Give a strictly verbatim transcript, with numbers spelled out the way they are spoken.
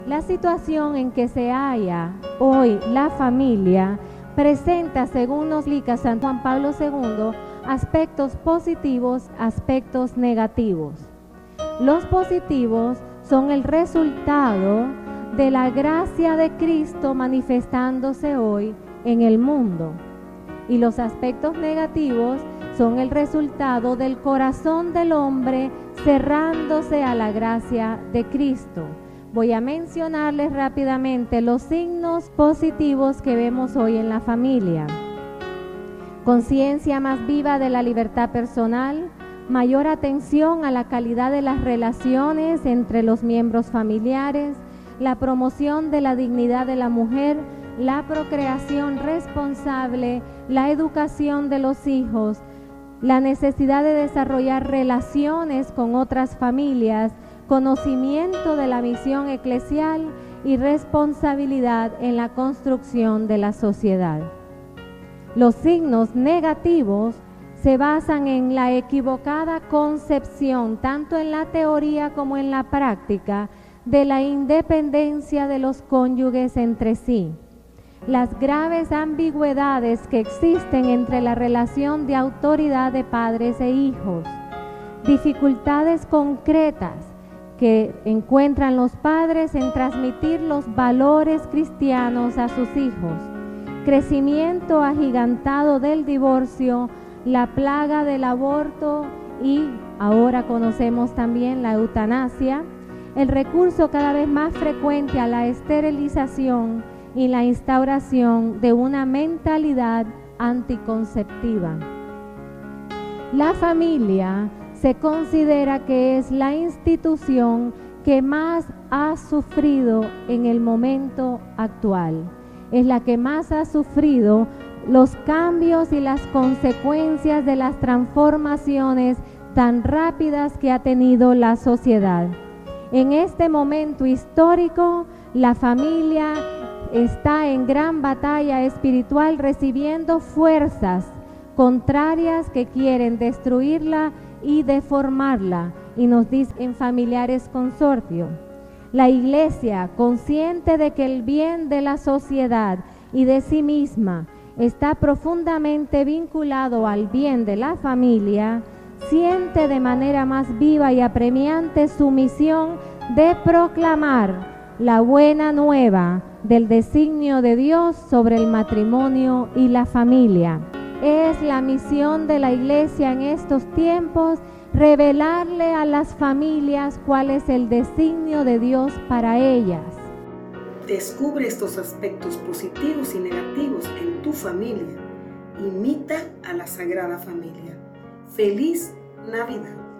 La situación en que se halla hoy la familia presenta, según nos explica San Juan Pablo segundo, aspectos positivos, aspectos negativos. Los positivos son el resultado de la gracia de Cristo manifestándose hoy en el mundo. Y los aspectos negativos son el resultado del corazón del hombre cerrándose a la gracia de Cristo. Voy a mencionarles rápidamente los signos positivos que vemos hoy en la familia. Conciencia más viva de la libertad personal, mayor atención a la calidad de las relaciones entre los miembros familiares, la promoción de la dignidad de la mujer, la procreación responsable, la educación de los hijos, la necesidad de desarrollar relaciones con otras familias, conocimiento de la misión eclesial y responsabilidad en la construcción de la sociedad. Los signos negativos se basan en la equivocada concepción, tanto en la teoría como en la práctica, de la independencia de los cónyuges entre sí. Las graves ambigüedades que existen entre la relación de autoridad de padres e hijos, dificultades concretas que encuentran los padres en transmitir los valores cristianos a sus hijos, crecimiento agigantado del divorcio, la plaga del aborto y ahora conocemos también la eutanasia, el recurso cada vez más frecuente a la esterilización y la instauración de una mentalidad anticonceptiva. La familia se considera que es la institución que más ha sufrido en el momento actual. Es la que más ha sufrido los cambios y las consecuencias de las transformaciones tan rápidas que ha tenido la sociedad. En este momento histórico, la familia está en gran batalla espiritual, recibiendo fuerzas contrarias que quieren destruirla y deformarla, y nos dice en Familiares Consortio. La Iglesia, consciente de que el bien de la sociedad y de sí misma está profundamente vinculado al bien de la familia, siente de manera más viva y apremiante su misión de proclamar la buena nueva del designio de Dios sobre el matrimonio y la familia. Es la misión de la Iglesia en estos tiempos revelarle a las familias cuál es el designio de Dios para ellas. Descubre estos aspectos positivos y negativos en tu familia. Imita a la Sagrada Familia. ¡Feliz Navidad!